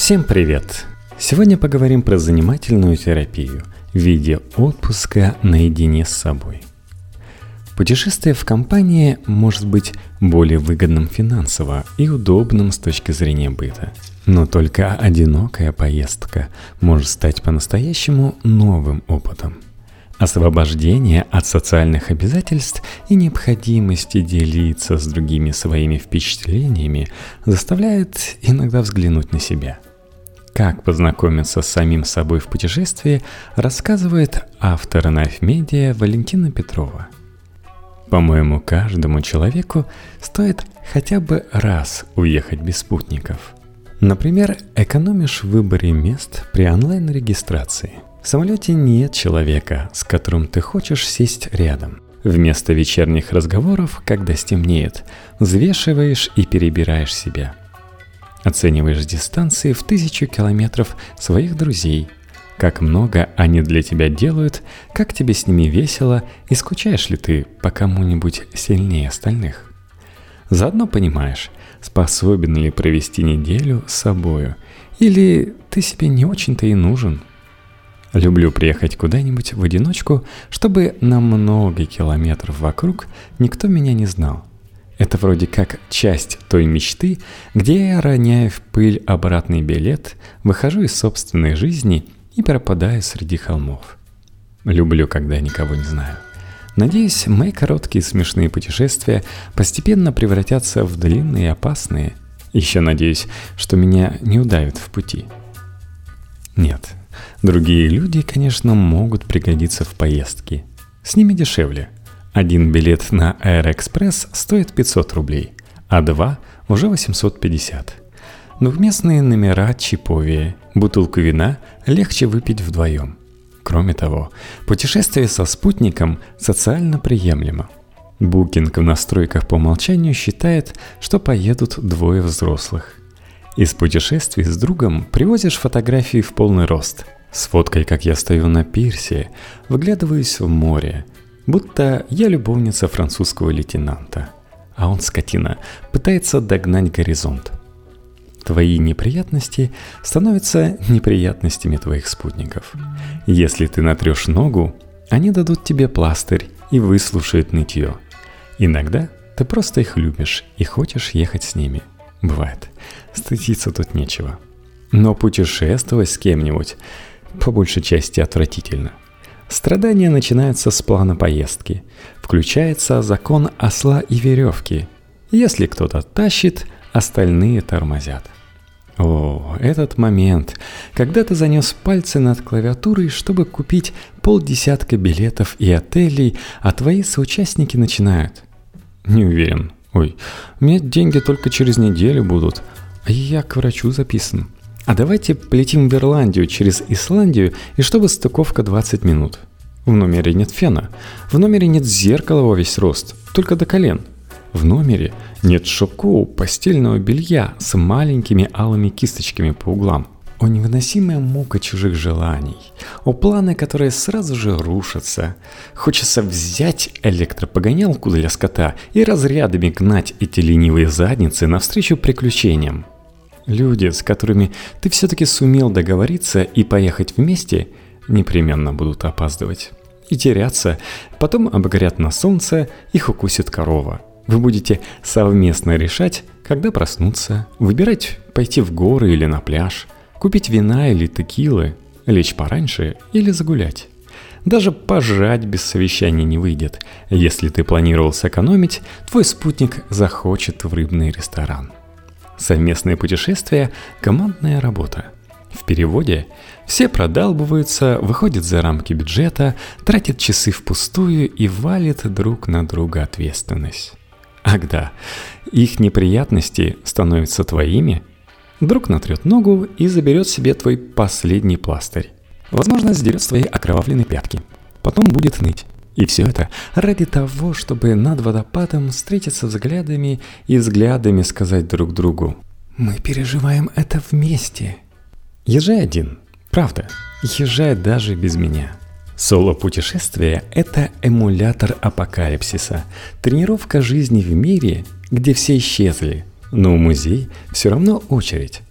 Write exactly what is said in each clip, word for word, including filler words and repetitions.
Всем привет! Сегодня поговорим про занимательную терапию в виде отпуска наедине с собой. Путешествие в компании может быть более выгодным финансово и удобным с точки зрения быта. Но только одинокая поездка может стать по-настоящему новым опытом. Освобождение от социальных обязательств и необходимости делиться с другими своими впечатлениями заставляет иногда взглянуть на себя. Как познакомиться с самим собой в путешествии, рассказывает автор Knife Media Валентина Петрова. По-моему, каждому человеку стоит хотя бы раз уехать без спутников. Например, экономишь в выборе мест при онлайн-регистрации. В самолете нет человека, с которым ты хочешь сесть рядом. Вместо вечерних разговоров, когда стемнеет, взвешиваешь и перебираешь себя. Оцениваешь дистанции в тысячу километров своих друзей. Как много они для тебя делают, как тебе с ними весело и скучаешь ли ты по кому-нибудь сильнее остальных. Заодно понимаешь, способен ли провести неделю с собою, или ты себе не очень-то и нужен. Люблю приехать куда-нибудь в одиночку, чтобы на много километров вокруг никто меня не знал. Это вроде как часть той мечты, где я роняю в пыль обратный билет, выхожу из собственной жизни и пропадаю среди холмов. Люблю, когда никого не знаю. Надеюсь, мои короткие смешные путешествия постепенно превратятся в длинные и опасные. Еще надеюсь, что меня не удавят в пути. Нет, другие люди, конечно, могут пригодиться в поездке. С ними дешевле. Один билет на Аэроэкспресс стоит пятьсот рублей, а два уже восемьсот пятьдесят. Двухместные номера чиповее, бутылку вина легче выпить вдвоем. Кроме того, путешествие со спутником социально приемлемо. Букинг в настройках по умолчанию считает, что поедут двое взрослых. Из путешествий с другом привозишь фотографии в полный рост. С фоткой, как я стою на пирсе, выглядываюсь в море, будто я любовница французского лейтенанта, а он, скотина, пытается догнать горизонт. Твои неприятности становятся неприятностями твоих спутников. Если ты натрешь ногу, они дадут тебе пластырь и выслушают нытье. Иногда ты просто их любишь и хочешь ехать с ними. Бывает. Стыдиться тут нечего. Но путешествовать с кем-нибудь по большей части отвратительно. Страдания начинаются с плана поездки. Включается закон осла и веревки. Если кто-то тащит, остальные тормозят. О, этот момент, когда ты занес пальцы над клавиатурой, чтобы купить полдесятка билетов и отелей, а твои соучастники начинают. Не уверен. Ой, у меня деньги только через неделю будут, а я к врачу записан. А давайте полетим в Ирландию через Исландию, и чтобы стыковка двадцать минут. В номере нет фена, в номере нет зеркала во весь рост, только до колен. В номере нет шелкового постельного белья с маленькими алыми кисточками по углам. О, невыносимая мука чужих желаний. О, планы, которые сразу же рушатся. Хочется взять электропогонялку для скота и разрядами гнать эти ленивые задницы навстречу приключениям. Люди, с которыми ты все-таки сумел договориться и поехать вместе, непременно будут опаздывать и теряться, потом обгорят на солнце, их укусит корова. Вы будете совместно решать, когда проснуться, выбирать пойти в горы или на пляж, купить вина или текилы, лечь пораньше или загулять. Даже пожрать без совещания не выйдет. Если ты планировал сэкономить, твой спутник захочет в рыбный ресторан. Совместное путешествие – командная работа. В переводе все продалбываются, выходят за рамки бюджета, тратят часы впустую и валят друг на друга ответственность. Ах да, их неприятности становятся твоими. Друг натрет ногу и заберет себе твой последний пластырь. Возможно, сдерет с твоей окровавленной пятки. Потом будет ныть. И все это ради того, чтобы над водопадом встретиться взглядами и взглядами сказать друг другу: «Мы переживаем это вместе». Езжай один. Правда, езжай даже без меня. Соло-путешествие – это эмулятор апокалипсиса, тренировка жизни в мире, где все исчезли, но в музей все равно очередь.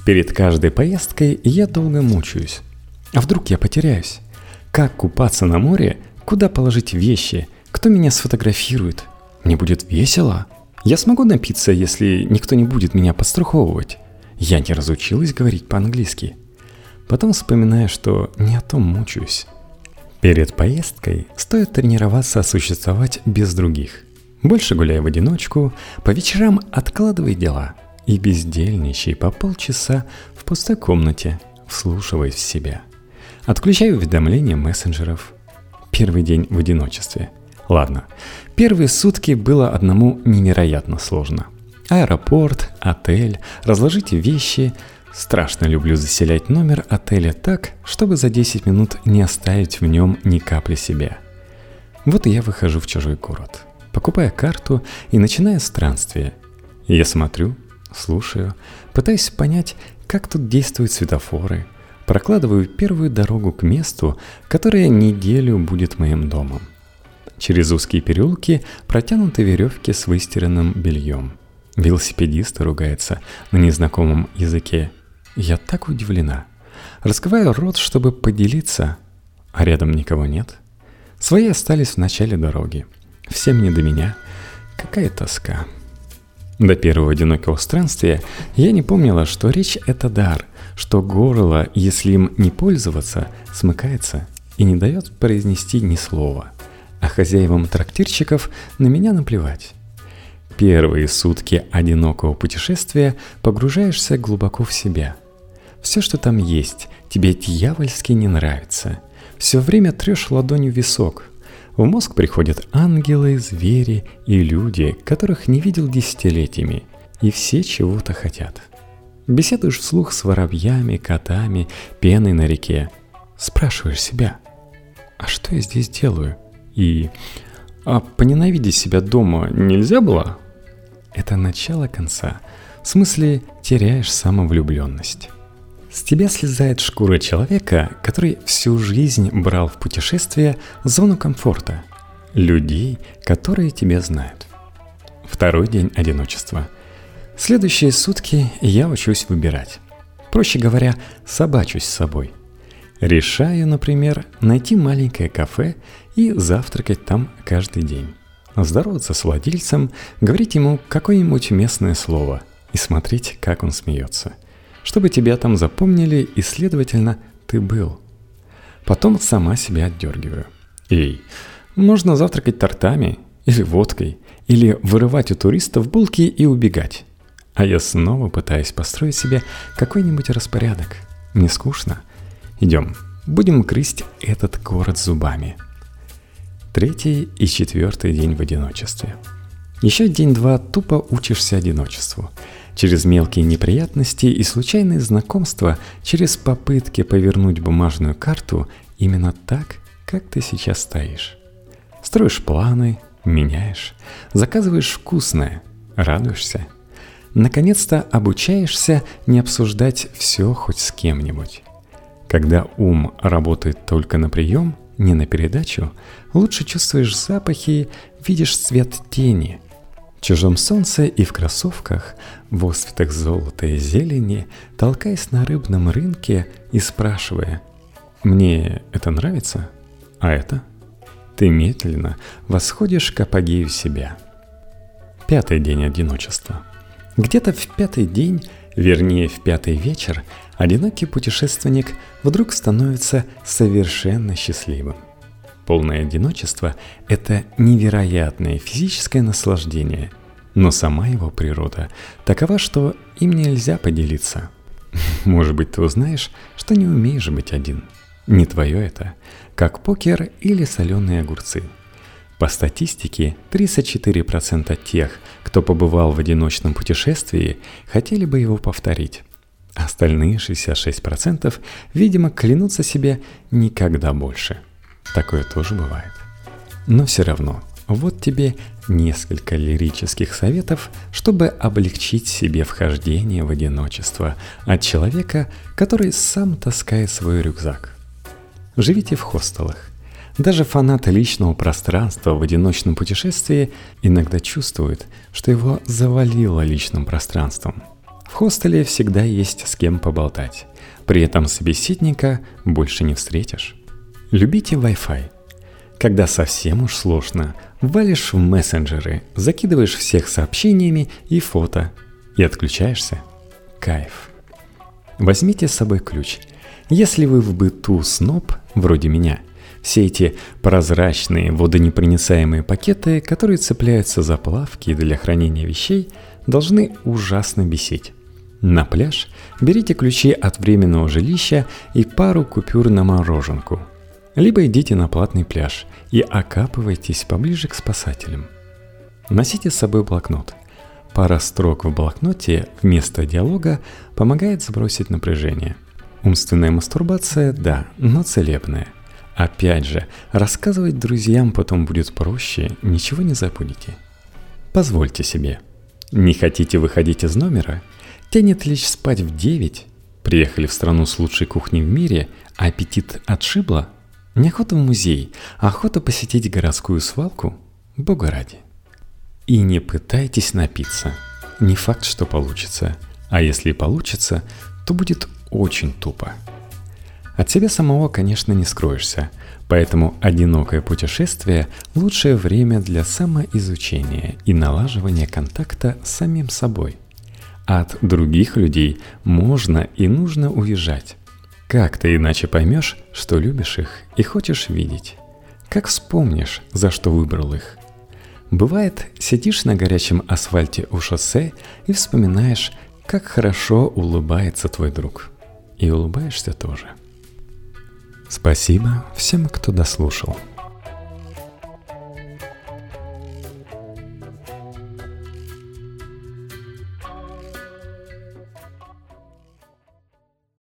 Перед каждой поездкой я долго мучаюсь. А вдруг я потеряюсь? Как купаться на море? Куда положить вещи? Кто меня сфотографирует? Мне будет весело? Я смогу напиться, если никто не будет меня подстраховывать? Я не разучилась говорить по-английски. Потом вспоминаю, что не о том мучаюсь. Перед поездкой стоит тренироваться существовать без других. Больше гуляй в одиночку, по вечерам откладывай дела и бездельничай по полчаса в пустой комнате, вслушиваясь в себя. Отключай уведомления мессенджеров. Первый день в одиночестве. Ладно, первые сутки было одному невероятно сложно. Аэропорт, отель, разложите вещи. Страшно люблю заселять номер отеля так, чтобы за десять минут не оставить в нем ни капли себя. Вот и я выхожу в чужой город, покупаю карту и начинаю странствие. Я смотрю, слушаю, пытаюсь понять, как тут действуют светофоры, прокладываю первую дорогу к месту, которое неделю будет моим домом. Через узкие переулки протянуты веревки с выстиранным бельем. Велосипедисты ругаются на незнакомом языке. Я так удивлена. Раскрываю рот, чтобы поделиться, а рядом никого нет. Свои остались в начале дороги. Всем не до меня. Какая тоска. До первого одинокого странствия я не помнила, что речь — это дар, что горло, если им не пользоваться, смыкается и не дает произнести ни слова. А хозяевам трактирщиков на меня наплевать. Первые сутки одинокого путешествия погружаешься глубоко в себя. Все, что там есть, тебе дьявольски не нравится. Все время трешь ладонью висок. В мозг приходят ангелы, звери и люди, которых не видел десятилетиями, и все чего-то хотят. Беседуешь вслух с воробьями, котами, пеной на реке. Спрашиваешь себя, а что я здесь делаю? И а поненавидеть себя дома нельзя было? Это начало конца. В смысле, теряешь самовлюбленность. С тебя слезает шкура человека, который всю жизнь брал в путешествие зону комфорта. Людей, которые тебя знают. Второй день одиночества. Следующие сутки я учусь выбирать. Проще говоря, собачусь с собой. Решаю, например, найти маленькое кафе и завтракать там каждый день. Здороваться с владельцем, говорить ему какое-нибудь местное слово и смотреть, как он смеется. Чтобы тебя там запомнили и, следовательно, ты был. Потом сама себя отдергиваю. Эй, можно завтракать тортами или водкой, или вырывать у туристов булки и убегать. А я снова пытаюсь построить себе какой-нибудь распорядок. Мне скучно. Идем, будем грызть этот город зубами. Третий и четвертый день в одиночестве. Еще день-два тупо учишься одиночеству. Через мелкие неприятности и случайные знакомства, через попытки повернуть бумажную карту именно так, как ты сейчас стоишь. Строишь планы, меняешь, заказываешь вкусное, радуешься. Наконец-то обучаешься не обсуждать все хоть с кем-нибудь. Когда ум работает только на прием, не на передачу, лучше чувствуешь запахи, видишь цвет тени. В чужом солнце и в кроссовках, в отцветах золота и зелени, толкаясь на рыбном рынке и спрашивая: «Мне это нравится? А это?» Ты медленно восходишь к апогею себя. Пятый день одиночества. Где-то в пятый день, вернее в пятый вечер, одинокий путешественник вдруг становится совершенно счастливым. Полное одиночество – это невероятное физическое наслаждение, но сама его природа такова, что им нельзя поделиться. Может быть, ты узнаешь, что не умеешь быть один. Не твое это, как покер или соленые огурцы. По статистике, тридцать четыре процента тех, кто побывал в одиночном путешествии, хотели бы его повторить. Остальные шестьдесят шесть процентов, видимо, клянутся себе никогда больше. Такое тоже бывает. Но все равно, вот тебе несколько лирических советов, чтобы облегчить себе вхождение в одиночество от человека, который сам таскает свой рюкзак. Живите в хостелах. Даже фанат личного пространства в одиночном путешествии иногда чувствует, что его завалило личным пространством. В хостеле всегда есть с кем поболтать. При этом собеседника больше не встретишь. Любите Wi-Fi. Когда совсем уж сложно, валишь в мессенджеры, закидываешь всех сообщениями и фото и отключаешься. Кайф. Возьмите с собой ключ. Если вы в быту сноб, вроде меня, все эти прозрачные водонепроницаемые пакеты, которые цепляются за плавки для хранения вещей, должны ужасно бесить. На пляж берите ключи от временного жилища и пару купюр на мороженку. Либо идите на платный пляж и окапывайтесь поближе к спасателям. Носите с собой блокнот. Пара строк в блокноте вместо диалога помогает сбросить напряжение. Умственная мастурбация, да, но целебная. Опять же, рассказывать друзьям потом будет проще, ничего не забудете. Позвольте себе. Не хотите выходить из номера? Тянет лечь спать в девять? Приехали в страну с лучшей кухней в мире, а аппетит отшибло? Неохота в музей, а охота посетить городскую свалку? Бога ради. И не пытайтесь напиться. Не факт, что получится. А если и получится, то будет очень тупо. От себя самого, конечно, не скроешься, поэтому одинокое путешествие – лучшее время для самоизучения и налаживания контакта с самим собой. От других людей можно и нужно уезжать. Как ты иначе поймешь, что любишь их и хочешь видеть? Как вспомнишь, за что выбрал их? Бывает, сидишь на горячем асфальте у шоссе и вспоминаешь, как хорошо улыбается твой друг. И улыбаешься тоже. Спасибо всем, кто дослушал.